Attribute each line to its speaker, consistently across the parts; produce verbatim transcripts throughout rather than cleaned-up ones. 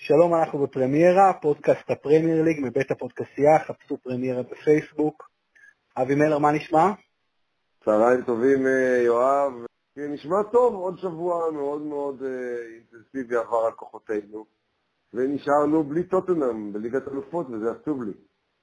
Speaker 1: שלום, אנחנו בפרמיירה, פודקאסט הפרמייר ליג מבית הפודקאסייה, חפשו פרמיירה בפייסבוק. אבי מלר, מה נשמע?
Speaker 2: צהריים טובים יואב, נשמע טוב, עוד שבוע מאוד מאוד אינטנסיבי עבר על כוחותינו, ונשארנו בלי טוטנהאם בליגת אלופות, וזה עצוב לי.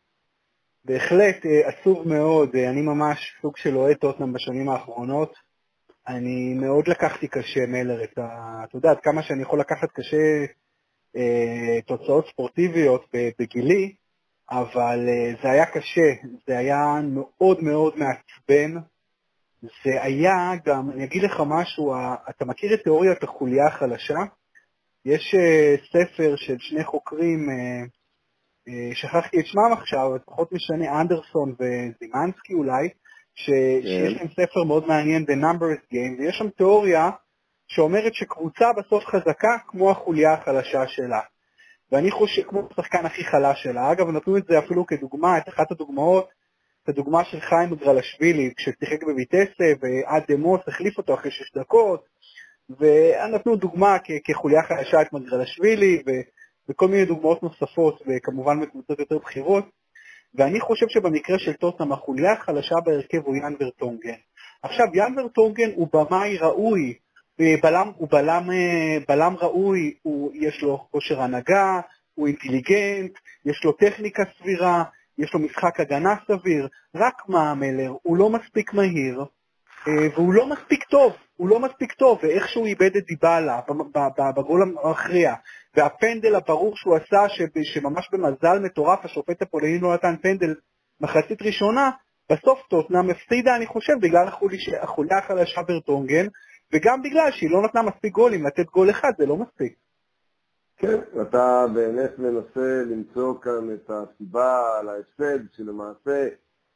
Speaker 1: בהחלט עצוב מאוד, אני ממש סוג של אוהד טוטנהאם בשנים האחרונות. אני מאוד לקחתי קשה מלר את ה... אתה יודע, עד כמה שאני יכול לקחת קשה אה, תוצאות ספורטיביות בגילי, אבל אה, זה היה קשה, זה היה מאוד מאוד מעצבן. זה היה גם, אני אגיד לך משהו, אתה מכיר את תיאוריית החוליה החלשה? יש uh, ספר של שני חוקרים, uh, uh, שכחתי את שמם עכשיו, פחות משנה, אנדרסון וזימנסקי אולי, ש, yeah. שיש להם ספר מאוד מעניין, The Numbers Game, ויש שם תיאוריה שאומרת שקבוצה בסוף חזקה כמו החוליה החלשה שלה. ואני חושב, כמו השחקן הכי חלש שלה. אגב, נתנו את זה אפילו כדוגמה, את אחת הדוגמאות, את הדוגמה של חיים מגרלשווילי, כששיחק בויטסה, ועד דמוס החליף אותו אחרי שש דקות, ונתנו דוגמה כ- כחוליה חלשה את מגרלשווילי, ו- וכל מיני דוגמאות נוספות, וכמובן בקבוצות יותר בחירות. ואני חושב שבמקרה של טוטנהאם, החוליה החלשה בהרכב הוא יאן ורטונגן. עכשיו, יאן ורטונגן הוא במאי ראוי, בלם, הוא בלם, בלם ראוי, הוא, יש לו כושר הנהגה, הוא אינטליגנט, יש לו טכניקה סבירה, יש לו משחק הגנה סביר, רק מה מלר, הוא לא מספיק מהיר, והוא לא מספיק טוב, הוא לא מספיק טוב, ואיכשהו הוא איבד את דיבאלה בגול המכריע, והפנדל הברור שהוא עשה, שממש במזל מטורף, השופט הפולני לא נתן פנדל מחצית ראשונה, בסוף טוטנהאם הפסידה, אני חושב, בגלל החוליה החלשה ורטונגן, וגם בגלל שהיא לא נתנה מספיק גולים, לתת גול אחד זה לא מספיק.
Speaker 2: כן, אתה באמת מנסה למצוא כאן את הסיבה על ההפסד, שלמעשה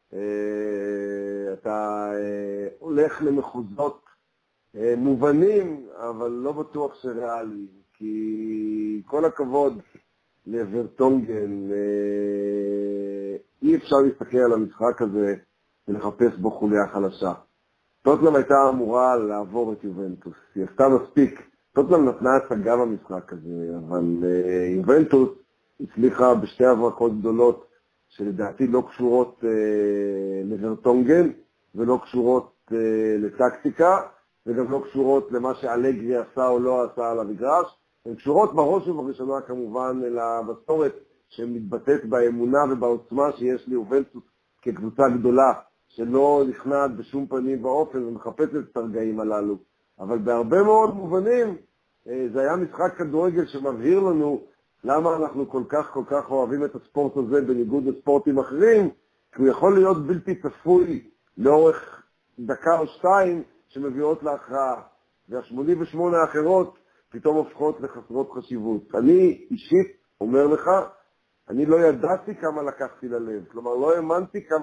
Speaker 2: אה, אתה אה, הולך למחוזות אה, מובנים, אבל לא בטוח שריאליים, כי כל הכבוד לוורטונגן, אה, אי אפשר להסתכל על המשחק הזה ולחפש בו חוליה חלשה. טוטנהאם הייתה אמורה לעבור את יובנטוס, היא עשתה מספיק. טוטנהאם נתנה הצגה במשחק הזה, אבל uh, יובנטוס הצליחה בשתי הברקות גדולות שלדעתי לא קשורות uh, לוורטונגן ולא קשורות uh, לטקטיקה וגם לא קשורות למה שאלגרי עשה או לא עשה על המגרש. הן קשורות בראש ובראשונה כמובן למסורת שמתבטאת באמונה ובעוצמה שיש ליובנטוס כקבוצה גדולה שלא נכנעת בשום פנים באופן ומחפשת את הרגעים הללו. אבל בהרבה מאוד מובנים זה היה משחק כדורגל שמבהיר לנו למה אנחנו כל כך כל כך אוהבים את הספורט הזה בניגוד לספורטים אחרים, כי הוא יכול להיות בלתי צפוי לאורך דקה או שתיים שמביאות להכרעה, וה-שמונים ושמונה האחרות פתאום הופכות לחסרות חשיבות. אני אישית אומר לך, אני לא ידעתי כמה לקחתי ללב, כלומר לא האמנתי כמה,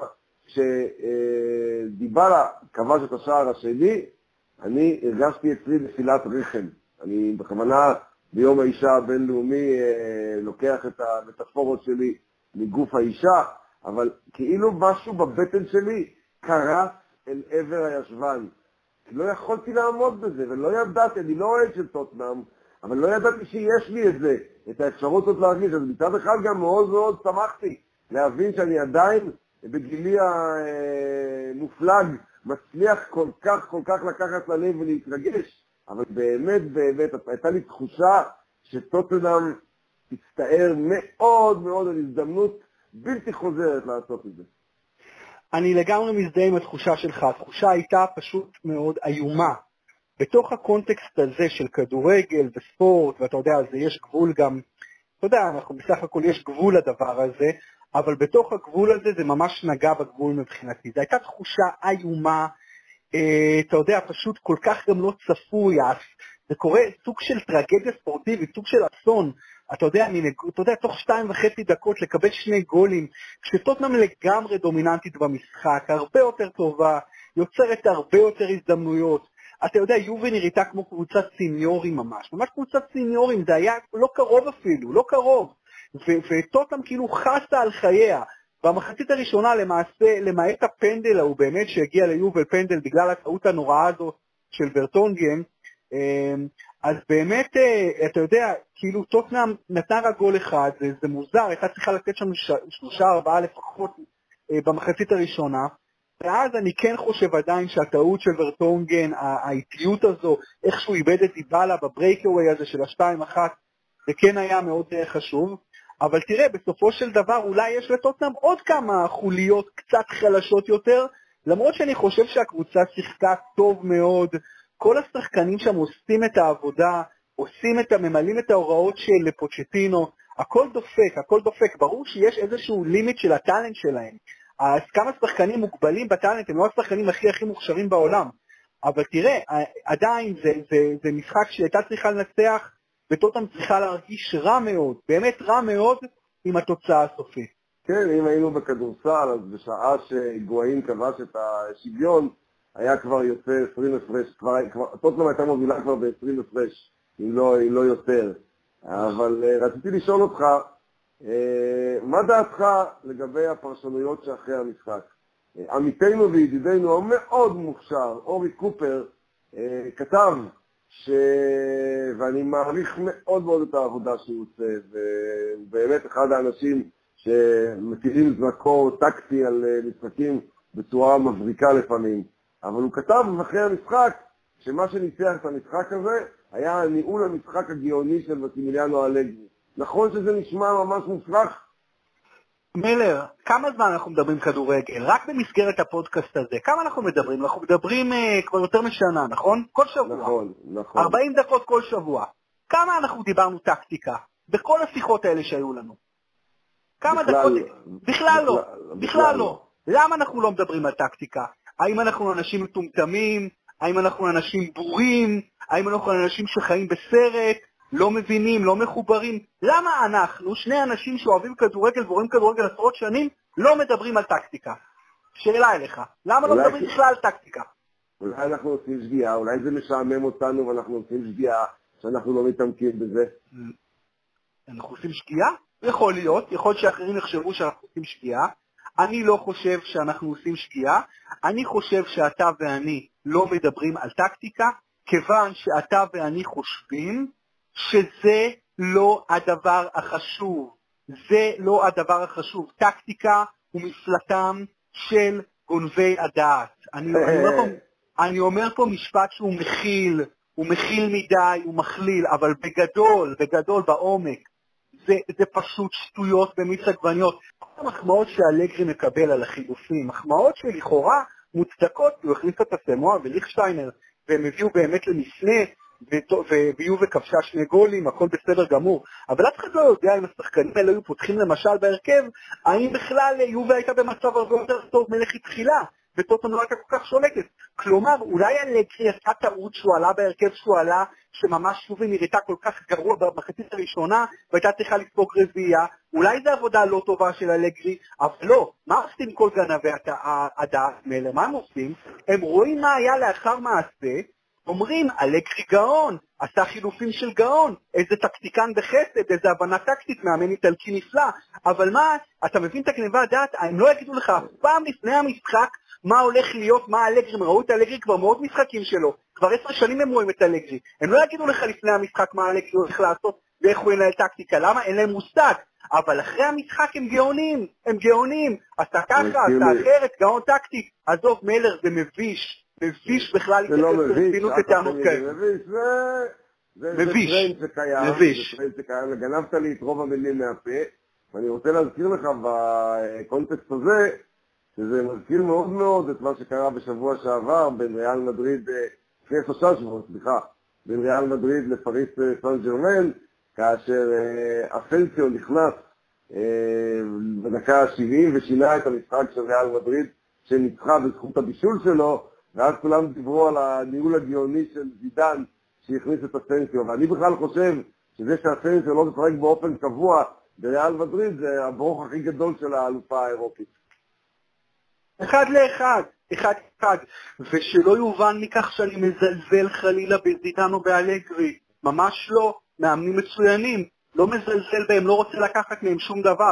Speaker 2: כשדיבלה כבש את השער השני, אני הרגשתי אצלי נפילת רחם. אני בכוונה ביום האישה הבינלאומי לוקח את המטאפורות שלי מגוף האישה, אבל כאילו משהו בבטן שלי קרס אל עבר הישבן. לא יכולתי לעמוד בזה, ולא ידעתי, אני לא אוהד של טוטנהאם, אבל לא ידעתי שיש לי את זה, את האפשרות הזאת להרגיש. אז מצד אחד גם מאוד מאוד שמחתי להבין שאני עדיין בגילי המופלג, מצליח כל כך כל כך לקחת ללב ולהתרגש, אבל באמת באמת הייתה לי תחושה שטוטנהאם תצטער מאוד מאוד על הזדמנות בלתי חוזרת לעשות את זה.
Speaker 1: אני לגמרי מזדהה עם התחושה שלך, התחושה הייתה פשוט מאוד איומה. בתוך הקונטקסט הזה של כדורגל וספורט, ואתה יודע, אז יש גבול גם, אתה יודע, אנחנו בסך הכל יש גבול לדבר הזה, אבל בתוך הגבול הזה זה ממש נגע בגבול מבחינתי. זו הייתה תחושה איומה, אה, אתה יודע, פשוט כל כך גם לא צפוי, זה קורה סוג של טרגדיה ספורטיבית, סוג של אסון, אתה יודע, אני, אתה יודע, תוך שתיים וחצי דקות לקבל שני גולים, כשטוטנהאם לגמרי דומיננטית במשחק, הרבה יותר טובה, יוצרת הרבה יותר הזדמנויות, אתה יודע, יובי נראיתה כמו קבוצת סיניורים ממש, ממש קבוצת סיניורים, זה היה לא קרוב אפילו, לא קרוב, וטוטנהאם כאילו חסה על חייה. במחצית הראשונה למעשה, למעט הפנדל הוא באמת שהגיע ליובל פנדל בגלל הטעות הנוראה הזו של ורטונגן, אז באמת, אתה יודע, כאילו טוטנהאם נתנה רק גול אחד, זה, זה מוזר, הייתה צריכה לתת שם שלושה ארבעה לפחות במחצית הראשונה, ואז אני כן חושב עדיין שהטעות של ורטונגן, האיטיות הזו, איך שהוא איבד את דיבלה בברייקווי הזה של השתיים אחת, זה כן היה מאוד חשוב, אבל תראה, בסופו של דבר אולי יש לטוטנהאם עוד כמה חוליות קצת חלשות יותר, למרות שאני חושב שהקבוצה שיחקה טוב מאוד, כל השחקנים שם עושים את העבודה, עושים את הממלאים את ההוראות של פוצ'טינו, הכל דופק, הכל דופק, ברור שיש איזשהו לימיט של הטלנט שלהם, אז כמה שחקנים מוגבלים בטלנט, הם לא השחקנים הכי הכי מוכשרים בעולם, אבל תראה, עדיין זה, זה, זה משחק שהייתה צריכה לנצח, וטוטנהאם צריכה להרגיש רע מאוד, באמת רע מאוד עם התוצאה הסופית.
Speaker 2: כן, אם היינו בכדורסל, אז בשעה שגואין כבש את השוויון, היה כבר יוצא עשרים הפרש, כבר, כבר, טוטנהאם הייתה מובילה כבר ב-עשרים הפרש, אם לא, אם לא יותר. אבל uh, רציתי לשאול אותך, uh, מה דעתך לגבי הפרשנויות שאחרי המשחק? Uh, עמיתנו וידידנו המאוד מוכשר, אורי קופר, uh, כתב, ש... ואני מעריך מאוד מאוד את העבודה שהוא עושה, והוא באמת אחד האנשים שמטילים זרקור טקטי על משחקים בצורה מבריקה לפעמים. אבל הוא כתב אחרי המשחק שמה שניצח את המשחק הזה היה ניהול המשחק הגאוני של מסימיליאנו אלגרי. נכון שזה נשמע ממש מופרך?
Speaker 1: מילר, כמה זמן אנחנו מדברים כדורגל? רק במסגרת הפודקאסט הזה. כמה אנחנו מדברים? אנחנו מדברים uh, כבר יותר משנה, נכון? כל שבוע.
Speaker 2: נכון, נכון.
Speaker 1: ארבעים דקות כל שבוע. כמה אנחנו דיברנו טקטיקה? בכל השיחות האלה שהיו לנו. כמה
Speaker 2: בכלל,
Speaker 1: דקות? בכלל, בכלל לא.
Speaker 2: בכלל,
Speaker 1: בכלל לא. למה אנחנו לא מדברים על טקטיקה? האם אנחנו אנשים מטומטמים? האם אנחנו אנשים בורים? האם אנחנו אנשים שחיים בסרט? לא מבינים, לא מחוברים? למה אנחנו, שני אנשים שאוהבים כדורגל ואוהבים כדורגל עשרות שנים, לא מדברים על טקטיקה? שאלה אליך. למה לא מדברים בכלל על טקטיקה?
Speaker 2: אולי אנחנו עושים שגיאה, אולי זה משעמם אותנו ואנחנו עושים שגיאה שאנחנו לא מתעמקים בזה.
Speaker 1: אנחנו עושים שגיאה? יכול להיות, יכול להיות שאחרים יחשבו שאנחנו עושים שגיאה. אני לא חושב שאנחנו עושים שגיאה. אני חושב שאתה ואני לא מדברים על טקטיקה, כיוון שאתה ואני חושבים שזה לא הדבר החשוב. זה לא הדבר החשוב. טקטיקה הוא מפלטם של גונבי הדעת. אני, אני, אומר פה, אני אומר פה משפט שהוא מכיל, הוא מכיל מדי, הוא מכליל, אבל בגדול, בגדול, בעומק, זה, זה פשוט שטויות במיץ עגבניות. כל המחמאות שאלגרי מקבל על החילופים, מחמאות שלכאורה מוצדקות, הוא הכניס את הסמואה וליכשטיינר, והם הביאו באמת למפנה, ויובה כבשה שני גולים, הכל בסדר גמור. אבל אף אחד לא יודע אם השחקנים האלה היו פותחים למשל בהרכב, האם בכלל יובה הייתה במצב הרבה יותר טוב מלך התחילה, וטוטנהאם לא הייתה כל כך שולטת. כלומר, אולי אלגרי עשה טעות שהוא עלה בהרכב שהוא עלה, שממש יובה נראתה כל כך גרוע במחצית הראשונה, והייתה צריכה לספוג רביעייה. אולי זו עבודה לא טובה של אלגרי, אבל לא. מה עושים כל גנבי הדעת מלר? מה הם עושים? הם רואים מה היה לאחר מעשה, אומרים, אלגרי גאון, עשה חילופים של גאון, איזה טקטיקן בחסד, איזה הבנה טקטית, מאמן איטלקי נפלא, אבל מה, אתה מבין את הגניבה הדעת, הם לא יגידו לך אף פעם לפני המשחק, מה הולך להיות, מה אלגרי, הם ראו את אלגרי כבר מאוד משחקים שלו, כבר עשר שנים הם רואים את אלגרי, הם לא יגידו לך לפני המשחק מה אלגרי הולך לעשות, ואיך הוא ינהל טקטיקה, למה? אין להם מושג, אבל אחרי המשחק הם גאונים, הם גאונים, עשה ככה, עשה אחרת, גאון טקטי, עזוב מלר, זה מביש, מביש בכלל
Speaker 2: זה לא מביש,
Speaker 1: זה
Speaker 2: טרנד שקיים, זה טרנד שקיים, וגנבת לי את רוב המילים מהפה, ואני רוצה להזכיר לך בקונטקסט הזה, שזה מזכיר מאוד מאוד את מה שקרה בשבוע שעבר בין ריאל מדריד, לפני שלושה שבועות, סליחה, בין ריאל מדריד לפריס סן ז'רמן, כאשר אסנסיו נכנס בדקה ה-שבעים ושינה את המשחק של ריאל מדריד, שניצחה בזכות הבישול שלו, ואז כולם דיברו על הניהול הגאוני של זידן שהכניס את אסנסיו, ואני בכלל חושב שזה שאסנסיו לא משחק באופן קבוע בריאל מדריד זה הברוך הכי גדול של האלופה האירופית.
Speaker 1: אחד לאחד, אחד אחד, ושלא יובן מכך שאני מזלזל חלילה בזידן או באלגרי, ממש לא, מאמנים מצוינים, לא מזלזל בהם, לא רוצה לקחת מהם שום דבר,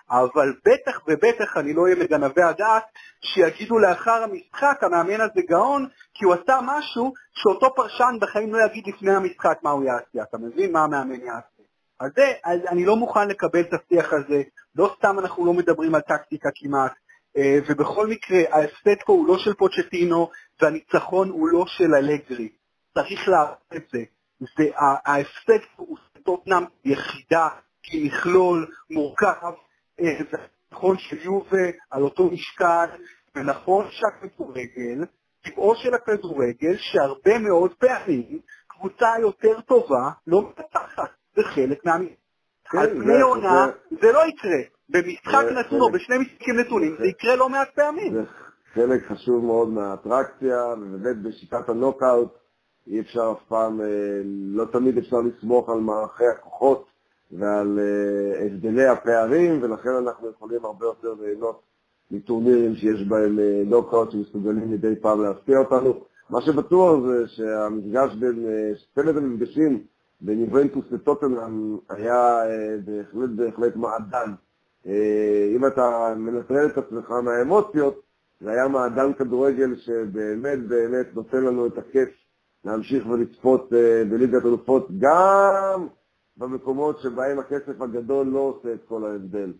Speaker 1: אבל בטח ובטח אני לא אהיה מגנבי הדעת שיגידו לאחר המשחק המאמן הזה גאון, כי הוא עשה משהו שאותו פרשן בחיים לא יגיד לפני המשחק מה הוא יעשה. אתה מבין מה המאמן יעשה? אז זה, אז אני לא מוכן לקבל את השיח הזה, לא סתם אנחנו לא מדברים על טקטיקה כמעט, ובכל מקרה ההפסד פה הוא לא של פוצ'טינו, והניצחון הוא לא של אלגרי. צריך להראות את זה. זה ההפסד פה הוא טוטנהאם יחידה, כי מכלול מורכב, זה נכון של יובה על אותו משקל, ונכון שהכדורגל, טבעו של הכדורגל, שהרבה מאוד פעמים קבוצה יותר טובה לא מנצחת, זה חלק מהמשחק. על פני עונה זה לא יקרה, במשחק נתון או בשני משחקים נתונים זה יקרה לא מעט פעמים.
Speaker 2: זה חלק חשוב מאוד מהאטרקציה, ובאמת בשיטת הנוקאוט אי אפשר אף פעם, לא תמיד אפשר לסמוך על מערכי הכוחות ועל הבדלי הפערים, ולכן אנחנו יכולים הרבה יותר ליהנות מטורנירים שיש בהם נוקאוט שמסוגלים מדי פעם להפתיע אותנו. מה שבטוח זה שהמפגש בין, סצנת המפגשים בין יובנטוס לטוטנהאם היה בהחלט בהחלט מעדן. אם אתה מנטרל את עצמך מהאמוציות, זה היה מעדן כדורגל שבאמת באמת נותן לנו את הכיף להמשיך ולצפות בליגת האלופות, גם במקומות שבהם הכסף הגדול לא עושה את כל ההבדל.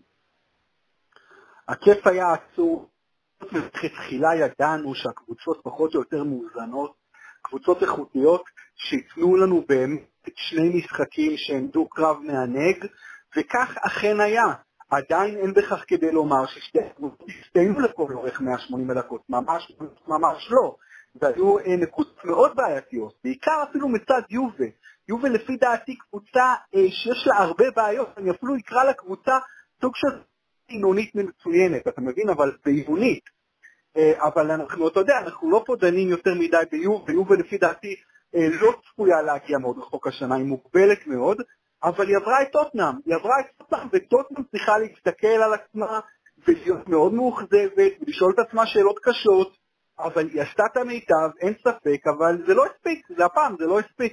Speaker 1: הכיף היה עצור. תחילה ידענו שהקבוצות פחות או יותר מאוזנות, קבוצות איכותיות שיתנו לנו באמת שני משחקים שהם דו קרב מענג, וכך אכן היה. עדיין אין בכך כדי לומר ששתי הקבוצות הסתיינו לכל אורך מאה ושמונים דקות, ממש, ממש לא. והיו נקודות מאוד בעייתיות, בעיקר אפילו מצד יובה. יובה לפי דעתי קבוצה שיש לה הרבה בעיות, אני אפילו אקרא לה קבוצה סוג של עינונית מצוינת, אתה מבין, אבל בעיונית. אבל אנחנו, אתה יודע, אנחנו לא פה דנים יותר מדי ביובה, יובה לפי דעתי לא צפויה להגיע מאוד רחוק השנה, היא מוגבלת מאוד, אבל היא עברה את טוטנהאם, היא עברה את טוטנהאם, וטוטנהאם צריכה להסתכל על עצמה, ולהיות מאוד מאוכזבת, ולשאול את עצמה שאלות קשות, אבל היא עשתה את המיטב, אין ספק, אבל זה לא הספיק, זה הפעם, זה לא הספיק.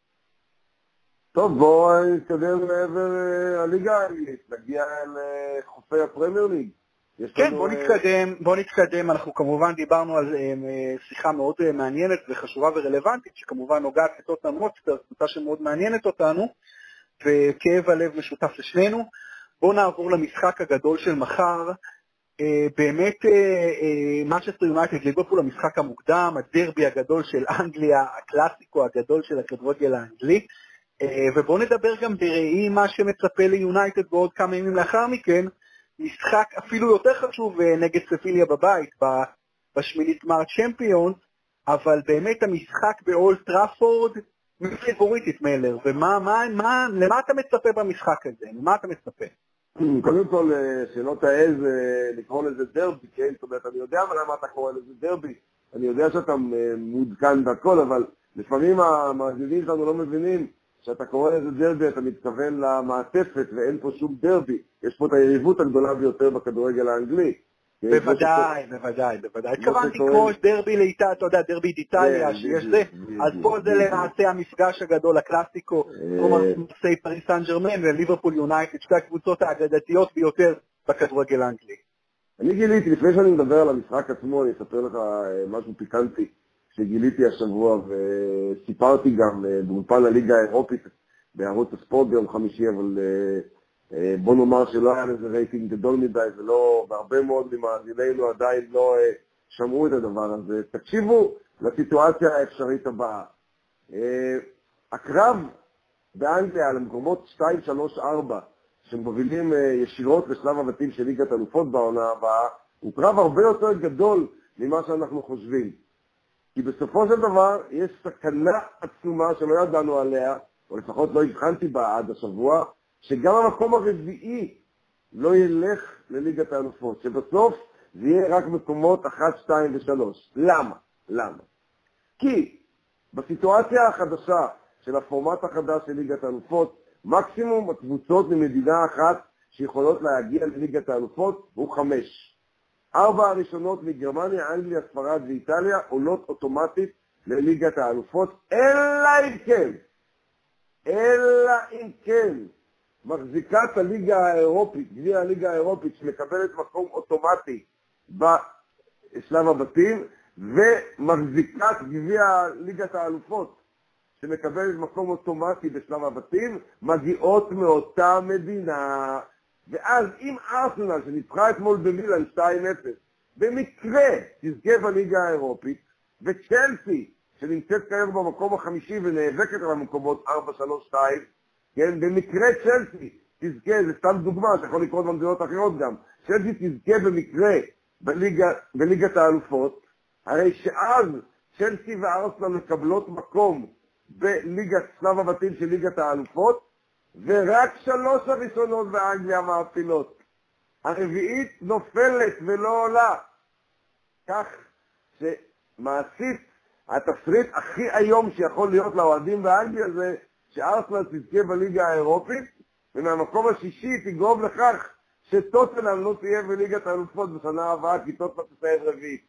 Speaker 2: טוב, בואו נתקדם לעבר הליגה האנגלית, נגיע לחופי הפרמייר ליג.
Speaker 1: כן, בוא נתקדם, בוא נתקדם, אנחנו כמובן דיברנו על שיחה מאוד מעניינת וחשובה ורלוונטית, שכמובן נוגעת לטוטנהאם הוטספר, קבוצה שמאוד מעניינת אותנו, וכאב הלב משותף לשנינו. בוא נעבור למשחק הגדול של מחר, באמת מנצ'סטר יונייטד ליברפול, המשחק המוקדם, הדרבי הגדול של אנגליה, הקלאסיקו הגדול של הכדורגל האנגלי, ובוא נדבר גם בראי מה שמצפה ליונייטד בעוד כמה ימים לאחר מכן, משחק אפילו יותר חשוב נגד ספיליה בבית, בשמינית גמר צ'מפיונס, אבל באמת המשחק באולד טראפורד מפייבוריטית מלר, ומה, מה, מה, למה אתה מצפה במשחק הזה? למה אתה מצפה?
Speaker 2: קודם כל, שלא תעז לקרוא לזה דרבי, כן? זאת אומרת, אני יודע למה אתה קורא לזה דרבי, אני יודע שאתה מודכן בכל, אבל לפעמים המאזינים שלנו לא מבינים שאתה קורא לזה דרבי, אתה מתכוון למעטפת, ואין פה שום דרבי. יש פה את היריבות הגדולה ביותר בכדורגל האנגלי.
Speaker 1: בוודאי, בוודאי, בוודאי. התכוונתי כמו דרבי לאיטה, אתה יודע, דרבי דיטליה, שיש זה, אז פה זה למעשה המפגש הגדול, הקלאסיקו, כמו מרסיי פריס סן ז'רמן וליברפול יונייטד, שתי הקבוצות האגדתיות ביותר בכדורגל האנגלי.
Speaker 2: אני גיליתי, לפני שאני מדבר על המשחק עצמו, אני אספר לך משהו פיקנטי שגיליתי השבוע, וסיפרתי גם באולפן הליגה האירופית בערוץ הספורט ביום חמישי, אבל בוא נאמר שלא היה לזה רייטינג גדול מדי, ולא, בהרבה מאוד ממאזיננו עדיין לא שמעו את הדבר הזה. תקשיבו לסיטואציה האפשרית הבאה. הקרב באנגליה על המקומות שתיים, שלוש, ארבע, שמובילים ישירות לשלב הבתים של ליגת אלופות בעונה הבאה, הוא קרב הרבה יותר גדול ממה שאנחנו חושבים. כי בסופו של דבר יש סכנה עצומה שלא ידענו עליה, או לפחות לא הבחנתי בה עד השבוע, שגם המקום הרביעי לא ילך לליגת האלופות, שבסוף זה יהיה רק מקומות אחת, שתיים ושלוש. למה? למה? כי בסיטואציה החדשה של הפורמט החדש של ליגת האלופות, מקסימום הקבוצות ממדינה אחת שיכולות להגיע לליגת האלופות הוא חמש. ארבע הראשונות מגרמניה, אנגליה, ספרד ואיטליה עולות אוטומטית לליגת האלופות, אלא אם כן, אלא אם כן, מחזיקת הליגה האירופית, גביע הליגה האירופית, שמקבלת מקום אוטומטי בשלב הבתים, ומחזיקת גביע ליגת האלופות, שמקבלת מקום אוטומטי בשלב הבתים, מגיעות מאותה מדינה. ואז אם ארסנל, שניצחה אתמול במילאן שתיים אפס, במקרה תזכה בליגה האירופית, וצ'לסי, שנמצאת כיום במקום החמישי ונאבקת על המקומות ארבע שלוש שתיים, כן, במקרה צ'לסי תזכה, זה סתם דוגמה שיכול לקרות במדינות אחרות גם, צ'לסי תזכה במקרה בליגה, בליגת האלופות, הרי שאז צ'לסי וארסנל מקבלות מקום בליגת שלב הבתים של ליגת האלופות, ורק שלוש הראשונות באנגליה מעפילות. הרביעית נופלת ולא עולה. כך שמעשית התסריט הכי היום שיכול להיות לאוהדים באנגליה זה שארסנל תזכה בליגה האירופית, ומהמקום השישי תגרום לכך שטוטנהאם לא תהיה בליגת האלופות בשנה הבאה, כי טוטנהאם תסיים רביעית.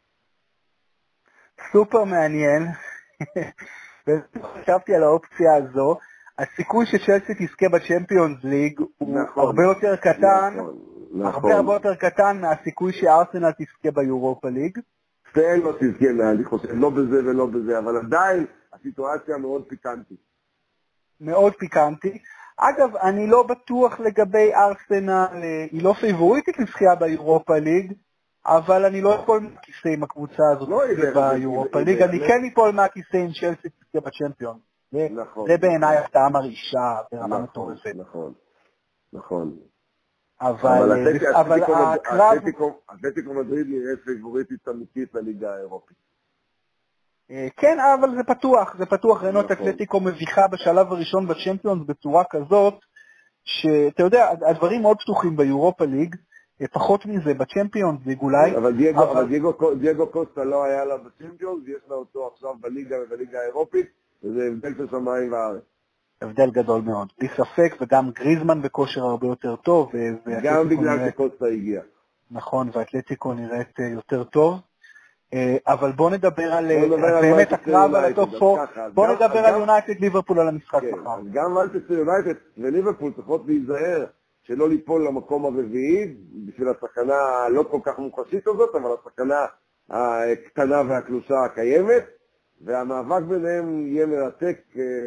Speaker 1: סופר מעניין. וחשבתי על האופציה הזו. הסיכוי שצ'לסי תזכה בצ'מפיונס ליג הוא נכון, הרבה יותר קטן, נכון, נכון. הרבה הרבה יותר קטן מהסיכוי שארסנל תזכה ביורופה ליג.
Speaker 2: ואין לא תזכה, אני חושב, לא בזה ולא בזה, אבל עדיין הסיטואציה מאוד פיקנטית.
Speaker 1: מאוד פיקנטי. אגב, אני לא בטוח לגבי ארסנל, היא לא פייבוריטית לזכייה ביורופה ליג, אבל אני לא אפול מהכיסא עם הקבוצה הזאת לא ביורופה ליג, אני כן אפול מהכיסא עם צ'לסי תזכה בצ'מפיון.
Speaker 2: נכון.
Speaker 1: זה בעיניי הפתעה מרעישה ברמה מטורפת.
Speaker 2: נכון, נכון.
Speaker 1: אבל
Speaker 2: הקרב... אתלטיקו מדריד נראית פייבוריטית אמיתית לליגה האירופית.
Speaker 1: כן, אבל זה פתוח, זה פתוח. ראינו את אתלטיקו מביכה בשלב הראשון בצ'מפיונס בצורה כזאת, שאתה יודע, הדברים מאוד פתוחים ביורופה ליג, פחות מזה בצ'מפיונס ליג אולי.
Speaker 2: אבל דייגו קוסטה לא היה לה בצ'מפיונס, יש לה אותו עכשיו בליגה ובליגה האירופית, וזה הבדל של שמיים וארץ.
Speaker 1: הבדל גדול מאוד, בלי ספק, וגם גריזמן בכושר הרבה יותר טוב.
Speaker 2: גם בגלל שקוסטה הגיע.
Speaker 1: נכון, ואתלטיקו נראית יותר טוב. אבל בוא נדבר על באמת הקרב על הטופ ארבע, בוא נדבר על יונייטד ליברפול על המשחק מחר.
Speaker 2: גם מנצ'סטר יונייטד וליברפול צריכות להיזהר שלא ליפול למקום הרביעי בשביל הסכנה הלא כל כך מוחשית הזאת, אבל הסכנה הקטנה והקלושה הקיימת, והמאבק ביניהם יהיה מרתק,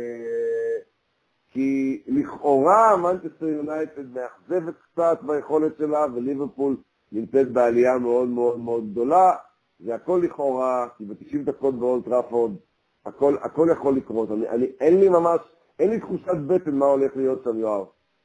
Speaker 2: כי לכאורה מנצ'סטר יונייטד מאכזבת קצת ביכולת שלה, וליברפול נמצאת בעלייה מאוד מאוד מאוד גדולה. זה הכל לכאורה, כי ב-תשעים דקות באולד טראפורד, הכל, הכל יכול לקרות. אני, אני, אין לי ממש, אין לי תחושת בטן מה הולך להיות שם, יואב.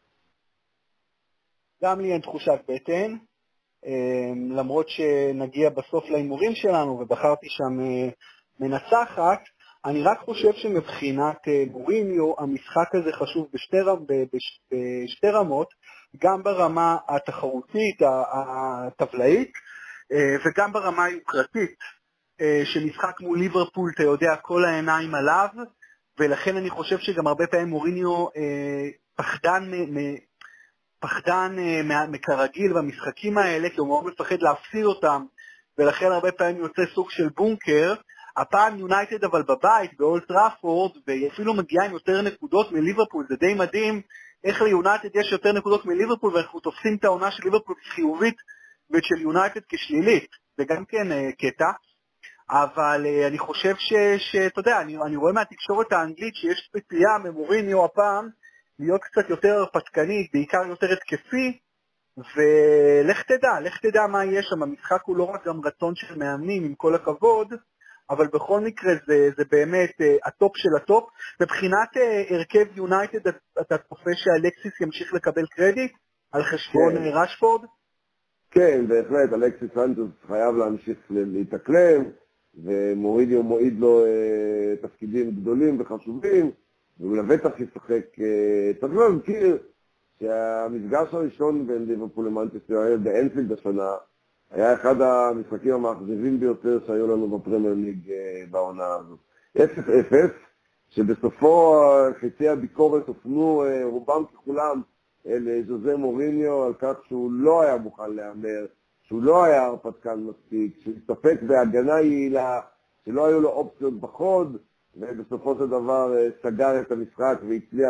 Speaker 1: גם לי אין תחושת בטן, למרות שנגיע בסוף להימורים שלנו, ובחרתי שם מנצחת. אני רק חושב שמבחינת מוריניו, המשחק הזה חשוב בשתי, בשתי רמות, גם ברמה התחרותית, הטבלאית, וגם ברמה היוקרתית, שמשחק מול ליברפול, אתה יודע, כל העיניים עליו, ולכן אני חושב שגם הרבה פעמים מוריניו פחדן, פחדן מכרגיל במשחקים האלה, כי הוא מאוד מפחד להפסיד אותם, ולכן הרבה פעמים יוצא סוג של בונקר. הפעם יונייטד אבל בבית, באולד טראפורד, והיא אפילו מגיעה עם יותר נקודות מליברפול. זה די מדהים איך ליונייטד יש יותר נקודות מליברפול, ואנחנו תופסים את העונה של ליברפול חיובית, ושל יונייטד כשלילית, וגם כן קטע. אבל אני חושב שאתה יודע, אני, אני רואה מהתקשורת האנגלית שיש ציפייה ממוריניו הפעם להיות קצת יותר הרפתקנית, בעיקר יותר התקפי, ולך תדע, לך תדע מה יש שם. המשחק הוא לא רק גם רצון של מאמנים, עם כל הכבוד, אבל בכל מקרה זה, זה באמת הטופ של הטופ. מבחינת הרכב יונייטד, אתה צופה שאלקסיס ימשיך לקבל קרדיט על חשבון כן. רשפורד?
Speaker 2: כן, בהחלט, אלקסיס סנצ'ז חייב להמשיך להתאקלם, ומוריניו מועיד לו אה, תפקידים גדולים וחשובים, והוא לבטח ישחק. אה, צריך להזכיר שהמפגש הראשון בין ליברפול למנצ'סטר יונייטד באנפילד השנה, היה אחד המשחקים המאכזבים ביותר שהיו לנו בפרמייר ליג אה, בעונה הזאת. אפס אפס, שבסופו חצי הביקורת הופנו אה, רובם ככולם, אל ז'וזה מוריניו על כך שהוא לא היה מוכן לאמר, שהוא לא היה הרפתקן מספיק, שהוא הסתפק בהגנה יעילה, שלא היו לו אופציות בחוד, ובסופו של דבר סגר את המשחק והצליח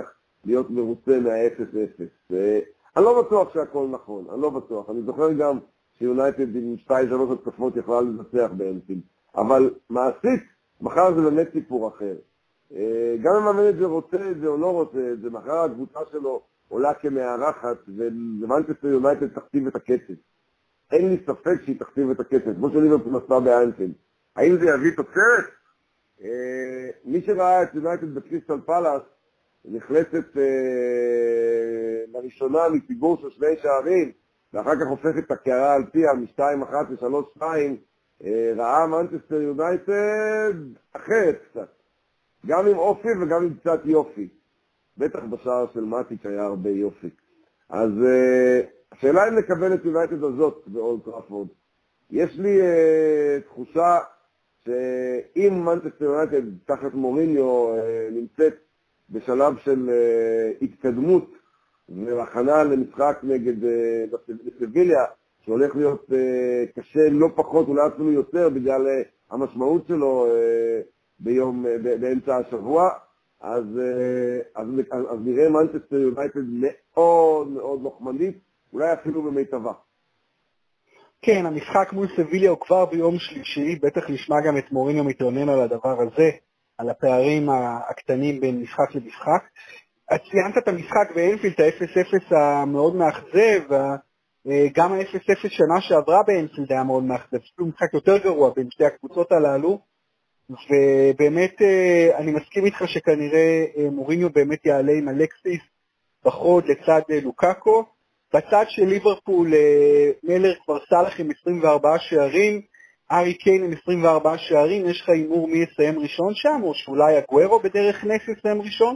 Speaker 2: להיות מרוצה מה-אפס אפס. אני לא בטוח שהכל נכון, אני לא בטוח. אני זוכר גם שיונייטד עם שתיים שלוש התקפות יכולה לנצח באנפילד. אבל מעשית, מחר זה באמת סיפור אחר. גם אם המנג'ר רוצה את זה או לא רוצה את זה, מחר הקבוצה שלו עולה כמארחת, ומנצ'סטר יונייטד תכתיב את הקצב. אין לי ספק שהיא תכתיב את הקצב, כמו שליברפול עשתה באנפילד. האם זה יביא תוצרת? מי שראה את יונייטד בקריסטל פלאס, נחלצת לראשונה מפיגור של שני שערים, ואחר כך הופכת את הקערה על פיה מ-שתיים אחת ל-שלוש שתיים, ראה מנצ'סטר יונייטד אחרת קצת. גם עם אופי וגם עם קצת יופי. בטח בשער של מטיץ' היה הרבה יופי. אז השאלה אם לקבל את יונייטד הזאת באולד טראפורד. יש לי תחושה שאם מנצ'סטר יונייטד תחת מוריניו נמצאת בשלב של התקדמות והכנה למשחק נגד סביליה, שהולך להיות קשה לא פחות, אולי אפילו יותר, בגלל המשמעות שלו ביום, באמצע השבוע, אז, אז, אז נראה מנצ'סטר יונייטד מאוד מאוד לוחמנית, אולי אפילו במיטבה.
Speaker 1: כן, המשחק מול סביליה הוא כבר ביום שלישי, בטח נשמע גם את מוריניו מתלונן על הדבר הזה, על הפערים הקטנים בין משחק למשחק. אז ציינת את המשחק באנפילד, ה-אפס אפס המאוד מאכזב, גם ה-אפס אפס שנה שעברה באנפילד היה מאוד מאכזב, זה משחק יותר גרוע בין שתי הקבוצות הללו, ובאמת אני מסכים איתך שכנראה מוריניו באמת יעלה עם אלקסיס בחוד לצד לוקאקו. בצד של ליברפול מלר כבר סלח עם עשרים וארבעה שערים, ארי קיין עם עשרים וארבעה שערים. יש לך אימור מי יסיים ראשון שם, או שאולי אגוארו בדרך נס יסיים ראשון?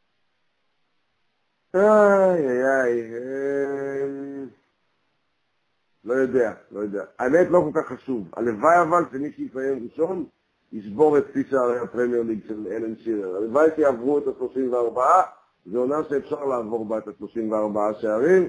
Speaker 2: איי איי איי, לא יודע, לא יודע. האמת לא כל כך חשוב. הלוואי אבל שמי שיסיים ראשון ישבור את שיא שערי הפרמייר ליג של אלן שירר. הלוואי שיעברו את ה-שלושים וארבע, זה עונה שאפשר לעבור בה את ה-שלושים וארבע שערים.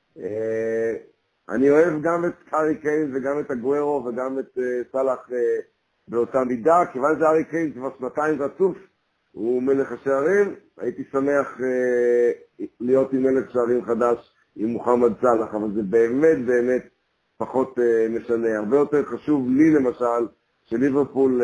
Speaker 2: אני אוהב גם את ארי קיין וגם את אגוארו וגם את סלאח באותה מידה, כיוון שארי קיין כבר שנתיים רצוף, הוא מלך השערים. הייתי שמח להיות עם מלך שערים חדש עם מוחמד סלאח, אבל זה באמת באמת פחות משנה. הרבה יותר חשוב לי למשל שליברפול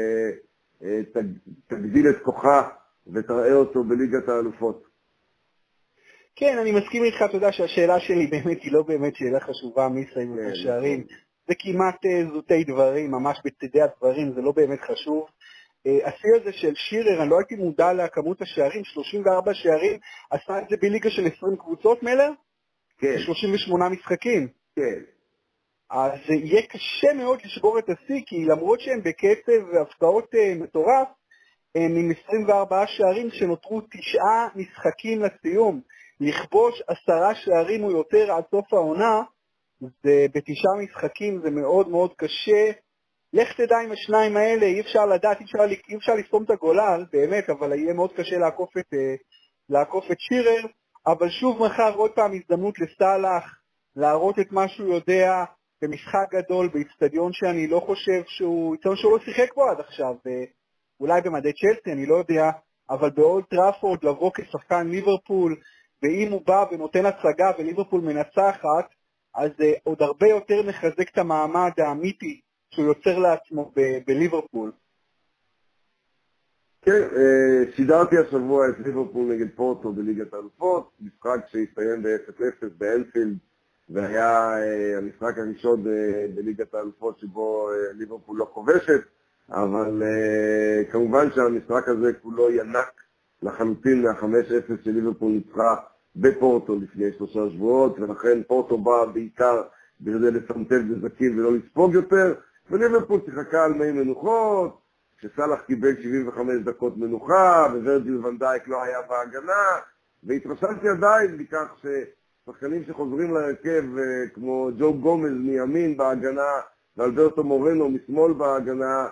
Speaker 2: תגדיל את כוחה ותראה אותו בליגת האלופות.
Speaker 1: כן, אני מסכים איתך, אתה יודע שהשאלה שלי באמת היא לא באמת שאלה חשובה מי יסיים את השערים. זה כמעט זוטי דברים, ממש בצדי הדברים, זה לא באמת חשוב. השיא הזה של שירר, אני לא הייתי מודע לכמות השערים, שלושים וארבעה שערים, עשה את זה בליגה של עשרים קבוצות מלר?
Speaker 2: כן.
Speaker 1: שלושים ושמונה משחקים.
Speaker 2: כן.
Speaker 1: אז יהיה קשה מאוד לשבור את השיא, כי למרות שהם בקצב והפתעות מטורף, הם עם עשרים וארבעה שערים שנותרו תשעה משחקים לסיום. לכבוש עשרה שערים או יותר עד סוף העונה, זה בתשעה משחקים, זה מאוד מאוד קשה. לך תדע עם השניים האלה, אי אפשר לדעת, אי אפשר, אי אפשר לסתום את הגולל, באמת, אבל יהיה מאוד קשה לעקוף את, לעקוף את שירר. אבל שוב מחר עוד פעם הזדמנות לסלאח, להראות את מה שהוא יודע במשחק גדול, באצטדיון שאני לא חושב שהוא, אצטדיון שהוא לא שיחק בו עד עכשיו, אולי במדי צ'לסי, אני לא יודע, אבל באולד טראפורד לבוא כשחקן ליברפול, ואם הוא בא ונותן הצגה וליברפול מנצחת, אז uh, עוד הרבה יותר מחזק את המעמד האמיתי שהוא יוצר לעצמו ב- בליברפול.
Speaker 2: כן, שידרתי השבוע את ליברפול נגד פורטו בליגת האלופות, משחק שהסתיים ב-אפס אפס באנפילד, והיה המשחק הראשון בליגת האלופות שבו ליברפול לא כובשת, אבל כמובן שהמשחק הזה כולו ינק לחלוטין מה-חמש אפס של ליברפול ניצחה בפורטו לפני שלושה שבועות, ולכן פורטו בא בעיקר בכדי לצמצם נזקים ולא לספוג יותר, וליברפול שיחקה על מי מנוחות, שסלאח קיבל שבעים וחמש דקות מנוחה, ווירג'יל ון דייק לא היה בהגנה, והתרשמתי עדיין בכך ששחקנים שחוזרים להרכב, כמו ג'ו גומז מימין בהגנה, ואלברטו מורנו משמאל בהגנה,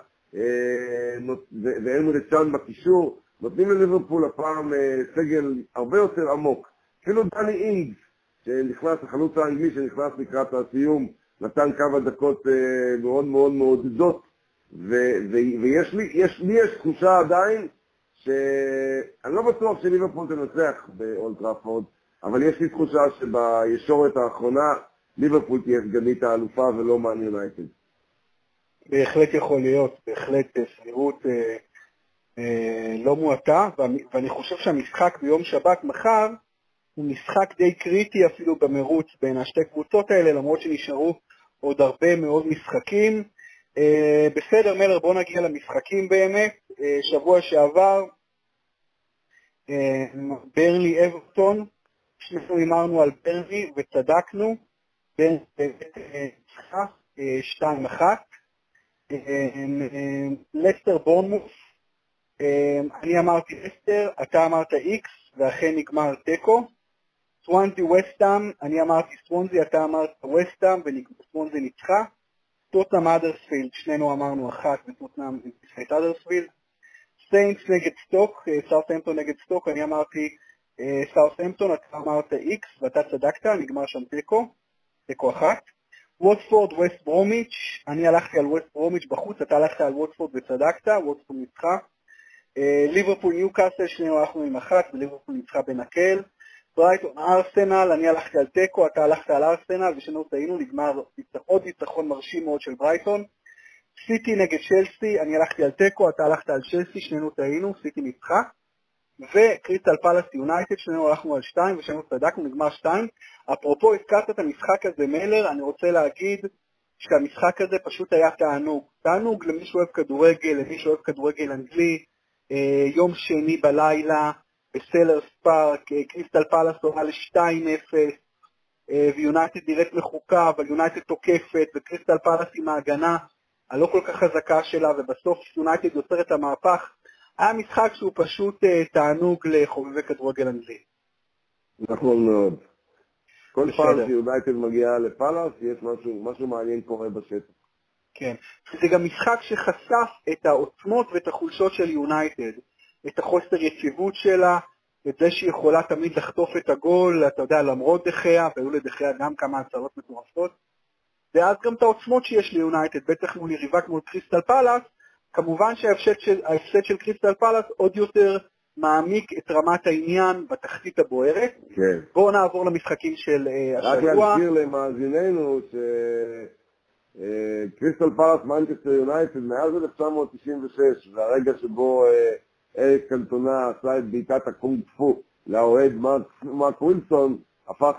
Speaker 2: ואלמו לצ'אן בקישור, נותנים לליברפול הפעם סגל הרבה יותר עמוק. אפילו דני אינגס, שנכנס, החלוץ האנגלי שנכנס לקראת הסיום, נתן כמה דקות מאוד מאוד מעודדות, ו- ו- ויש לי, יש לי יש תחושה עדיין שאני לא בטוח שליברפול תנצח באולד טראפורד, אבל יש לי תחושה שבישורת האחרונה ליברפול תהיה סגנית האלופה ולא מן יונייטד.
Speaker 1: בהחלט יכול להיות, בהחלט סבירות אה, אה, לא מועטה, ואני, ואני חושב שהמשחק ביום שבת מחר הוא משחק די קריטי אפילו במרוץ בין השתי קבוצות האלה, למרות שנשארו עוד הרבה מאוד משחקים. אה, בסדר מלר, בוא נגיע למשחקים באמת. אה, שבוע שעבר, אה, ברנלי אברטון, שנינו אמרנו על ברנלי וצדקנו, ברנלי באמת ניצחה שתיים אחת. לסטר בורנמות', אני אמרתי לסטר, אתה אמרת איקס, ואכן נגמר טקו. סוונזי וסטהאם, אני אמרתי סוונזי, אתה אמרת וסטהאם, וסוונזי ניצחה. טוטנהאם אדרספילד, שנינו אמרנו אחת, וטוטנהאם ניצחה את אדרספילד. סיינטס נגד סטוק, סאות'המפטון נגד סטוק, אני אמרתי סאות'המפטון, אתה אמרת איקס, ואתה צדקת, נגמר שם טקו, טקו אחת. ווטפורד ווסט ברומיץ', אני הלכתי על ווסט ברומיץ' בחוץ, אתה הלכת על ווטפורד וצדקת, ווטפורד ניצחה. ליברפול ניוקאסל, שנינו הלכנו עם אחת, וליברפול ניצחה בנקל. ברייטון ארסנל, אני הלכתי על טקו, אתה הלכת על ארסנל, ושנינו טעינו, נגמר עוד ניצחון מרשים מאוד של ברייטון. סיטי נגד צ'לסי, אני הלכתי על טקו, אתה הלכת על צ'לסי, שנינו טעינו, סיטי ניצחה. וקריסטל פלאס יונייטד, שנינו הלכנו על שתיים, ושנינו צדקנו, נגמר שתיים. אפרופו, הזכרת את המשחק הזה, מלר, אני רוצה להגיד שהמשחק הזה פשוט היה תענוג. תענוג למי שאוהב כדורגל, למי שאוהב כדורגל אנגלי, יום שני בלילה, בסלרס פארק, קריסטל פלאס עולה ל-שתיים אפס, ויונייטד נראית מחוקה, אבל יונייטד תוקפת, וקריסטל פלאס עם ההגנה הלא כל כך חזקה שלה, ובסוף יונייטד יוצר את המהפך. היה משחק שהוא פשוט תענוג לחובבי כדורגל אנגלי.
Speaker 2: נכון מאוד. כל פעם שיונייטד מגיעה לפלאס, יש משהו, משהו מעניין קורה בשטח.
Speaker 1: כן. זה גם משחק שחשף את העוצמות ואת החולשות של יונייטד, את החוסר יציבות שלה, את זה שהיא יכולה תמיד לחטוף את הגול, אתה יודע, למרות דחיה, והיו לדחיה גם כמה הצלות מטורפות, ואז גם את העוצמות שיש ליונייטד, בטח מול יריבה כמו קריסטל פלאס, כמובן שההפסד של, ההפסד של קריסטל פלאס עוד יותר מעמיק את רמת העניין בתחתית הבוערת.
Speaker 2: כן.
Speaker 1: בואו נעבור למשחקים של uh, השבוע.
Speaker 2: רק להזכיר למאזיננו שקריסטל פלאס מנצ'סטר יונייטד מאז אלף תשע מאות תשעים ושש, והרגע שבו uh, אריק קנטונה עשה את בעיטת הקונג פו לאוהד מרק ווילסון, הפך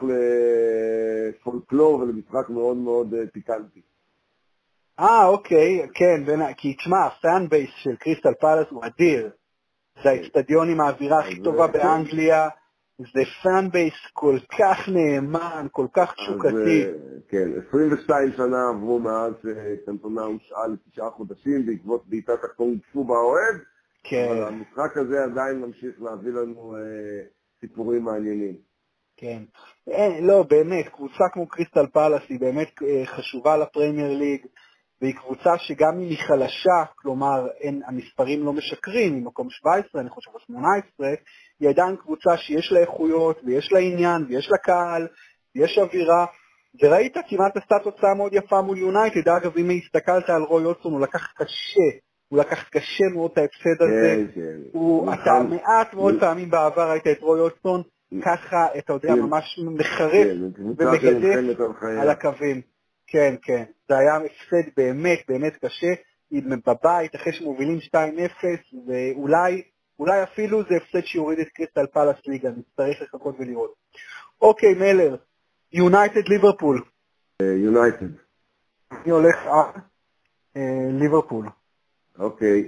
Speaker 2: לפולקלור ולמשחק מאוד מאוד uh, פיקנטי.
Speaker 1: אה, אוקיי, כן, בין, כי תשמע, הפאן בייס של קריסטל פלאס הוא אדיר. זה האצטדיון עם האווירה הכי טובה באנגליה, זה פאן בייס כל כך נאמן, כל כך תשוקתי.
Speaker 2: כן, עשרים ושתיים שנה עברו מאז קנטונה הושעה לתשעה חודשים בעקבות בעיטת הקונג פו באוהד, אבל המשחק הזה עדיין ממשיך להביא לנו סיפורים מעניינים.
Speaker 1: כן, לא, באמת, קבוצה כמו קריסטל פלאס היא באמת חשובה לפרמייר ליג, והיא קבוצה שגם אם היא חלשה, כלומר אין, המספרים לא משקרים, היא מקום שבע עשרה, אני חושב שמונה עשרה, היא עדיין קבוצה שיש לה איכויות, ויש לה עניין, ויש לה קהל, ויש אווירה, וראית כמעט עשתה תוצאה מאוד יפה מול יונייטד. אגב, אם הסתכלת על רוי אודסון, הוא לקח קשה, הוא לקח קשה מאוד את ההפסד הזה, הוא, אתה מעט מאוד פעמים בעבר ראית את רוי אודסון, ככה, אתה יודע, ממש מחרף ומגדף על הקווים. כן, כן, זה היה הפסד באמת, באמת קשה, בבית, אחרי שמובילים שתיים אפס, ואולי, אולי אפילו זה הפסד שיוריד את קריסטל פלאס ליגה, נצטרך לחכות ולראות. אוקיי, מלר, יונייטד ליברפול.
Speaker 2: יונייטד.
Speaker 1: אני הולך על ליברפול.
Speaker 2: אוקיי.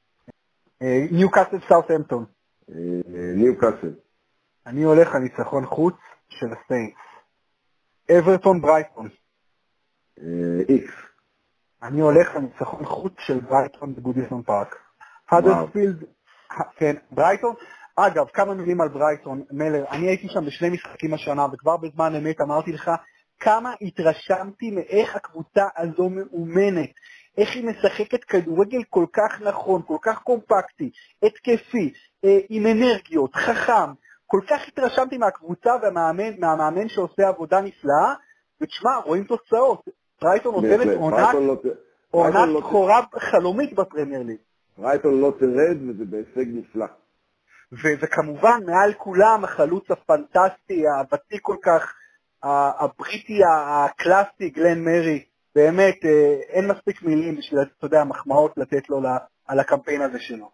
Speaker 1: ניוקאסל סאות'המפטון.
Speaker 2: ניוקאסל.
Speaker 1: אני הולך על ניצחון חוץ של הסיינטס. אברטון ברייטון.
Speaker 2: איקס.
Speaker 1: אני הולך על ניצחון חוץ של ברייטון בגודיסון פארק. האדרספילד, כן, ברייטון. אגב, כמה מילים על ברייטון, מלר, אני הייתי שם בשני משחקים השנה, וכבר בזמן אמת אמרתי לך כמה התרשמתי מאיך הקבוצה הזו מאומנת, איך היא משחקת כדורגל כל כך נכון, כל כך קומפקטי, התקפי, אה, עם אנרגיות, חכם. כל כך התרשמתי מהקבוצה והמאמן, מהמאמן שעושה עבודה נפלאה, ותשמע, רואים תוצאות. ברייטון נותנת עונת חורה חלומית בפרמייר ליג.
Speaker 2: ברייטון לא תרד, וזה בהישג נפלא.
Speaker 1: וכמובן, מעל כולם, החלוץ הפנטסטי, הוותיק כל כך, הבריטי הקלאסי, גלן מרי, באמת, אין מספיק מילים בשביל, אתה יודע, מחמאות לתת לו על הקמפיין הזה שלו.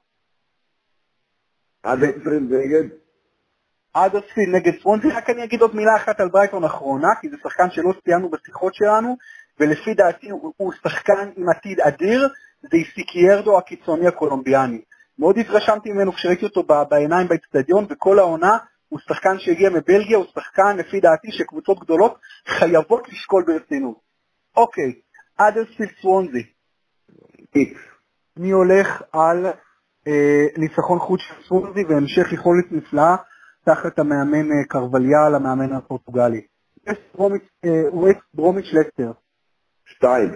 Speaker 2: אדרספילד נגד?
Speaker 1: אדרספילד נגד סוונזי, רק אני אגיד עוד מילה אחת על ברייטון אחרונה, כי זה שחקן שלא סיימנו בשיחות שלנו, ולפי דעתי הוא, הוא שחקן עם עתיד אדיר, זה איסיקיירדו הקיצוני הקולומביאני. מאוד התרשמתי ממנו כשראיתי אותו בעיניים באצטדיון, וכל העונה הוא שחקן שהגיע מבלגיה, הוא שחקן לפי דעתי שקבוצות גדולות חייבות לשקול ברצינות. אוקיי, אדרספילד סוונזי.
Speaker 2: איקס.
Speaker 1: אני הולך על אה, ניצחון חוץ של סוונזי והמשך יכולת נפלאה תחת המאמן אה, קרווליאל, המאמן הפורטוגלי. ווסט ברומיץ' לסטר.
Speaker 2: שתיים.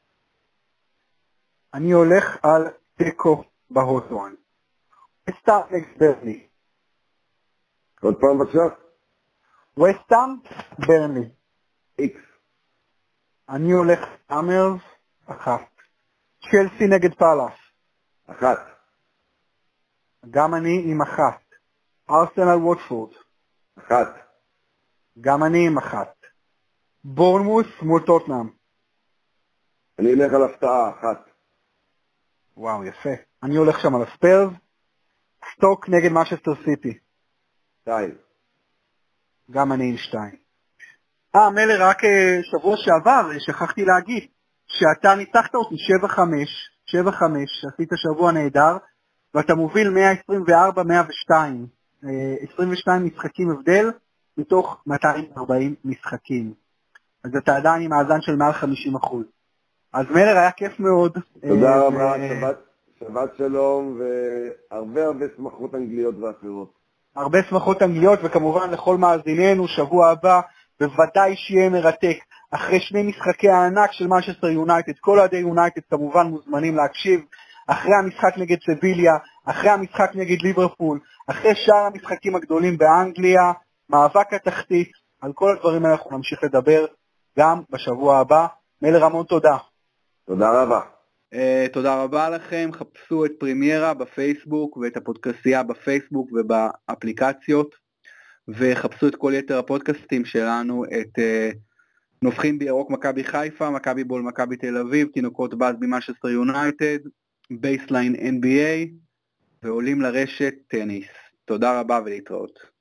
Speaker 1: אני הולך על תיקו בהוטואן. וסטאם נגד ברנלי.
Speaker 2: עוד פעם בבקשה?
Speaker 1: וסטאם, ברנלי.
Speaker 2: איקס.
Speaker 1: אני הולך אמרס, אחת. צ'לסי נגד פאלאס.
Speaker 2: אחת.
Speaker 1: גם אני עם אחת. ארסנל ווטפורד.
Speaker 2: אחת.
Speaker 1: גם אני עם אחת. בורנמוס מול טוטנהאם.
Speaker 2: אני אלך על הפתעה, אחת.
Speaker 1: וואו, יפה. אני הולך שם על הספרס. סטוק נגד משסטר סיטי.
Speaker 2: שתיים.
Speaker 1: גם אני עם שתיים. אה, מלר, רק שבוע שעבר, שכחתי להגיד, שאתה ניצחת אותי שבע חמש, שבע חמש, עשית שבוע נהדר, ואתה מוביל מאה עשרים וארבע מאה ושתיים, עשרים ושניים משחקים הבדל, מתוך מאתיים וארבעים משחקים. אז אתה עדיין עם מאזן של מעל חמישים אחוז. אז מלר, היה כיף מאוד.
Speaker 2: תודה רבה, שבת, שבת שלום, והרבה הרבה שמחות אנגליות ואחרות.
Speaker 1: הרבה שמחות אנגליות, וכמובן לכל מאזיננו, שבוע הבא, בוודאי שיהיה מרתק. אחרי שני משחקי הענק של מנצ'סטר יונייטד, כל אוהדי יונייטד כמובן מוזמנים להקשיב, אחרי המשחק נגד סביליה, אחרי המשחק נגד ליברפול, אחרי שאר המשחקים הגדולים באנגליה, מאבק התחתית, על כל הדברים האלה אנחנו נמשיך לדבר גם בשבוע הבא. מלר, המון תודה.
Speaker 2: תודה רבה.
Speaker 1: Uh, תודה רבה לכם, חפשו את פרימיירה בפייסבוק ואת הפודקאסטייה בפייסבוק ובאפליקציות, וחפשו את כל יתר הפודקאסטים שלנו, את uh, נובחים בירוק מכבי חיפה, מכבי בול מכבי תל אביב, תינוקות באז במנצ'סטר יונייטד, בייסליין אן בי איי, ועולים לרשת טניס. תודה רבה ולהתראות.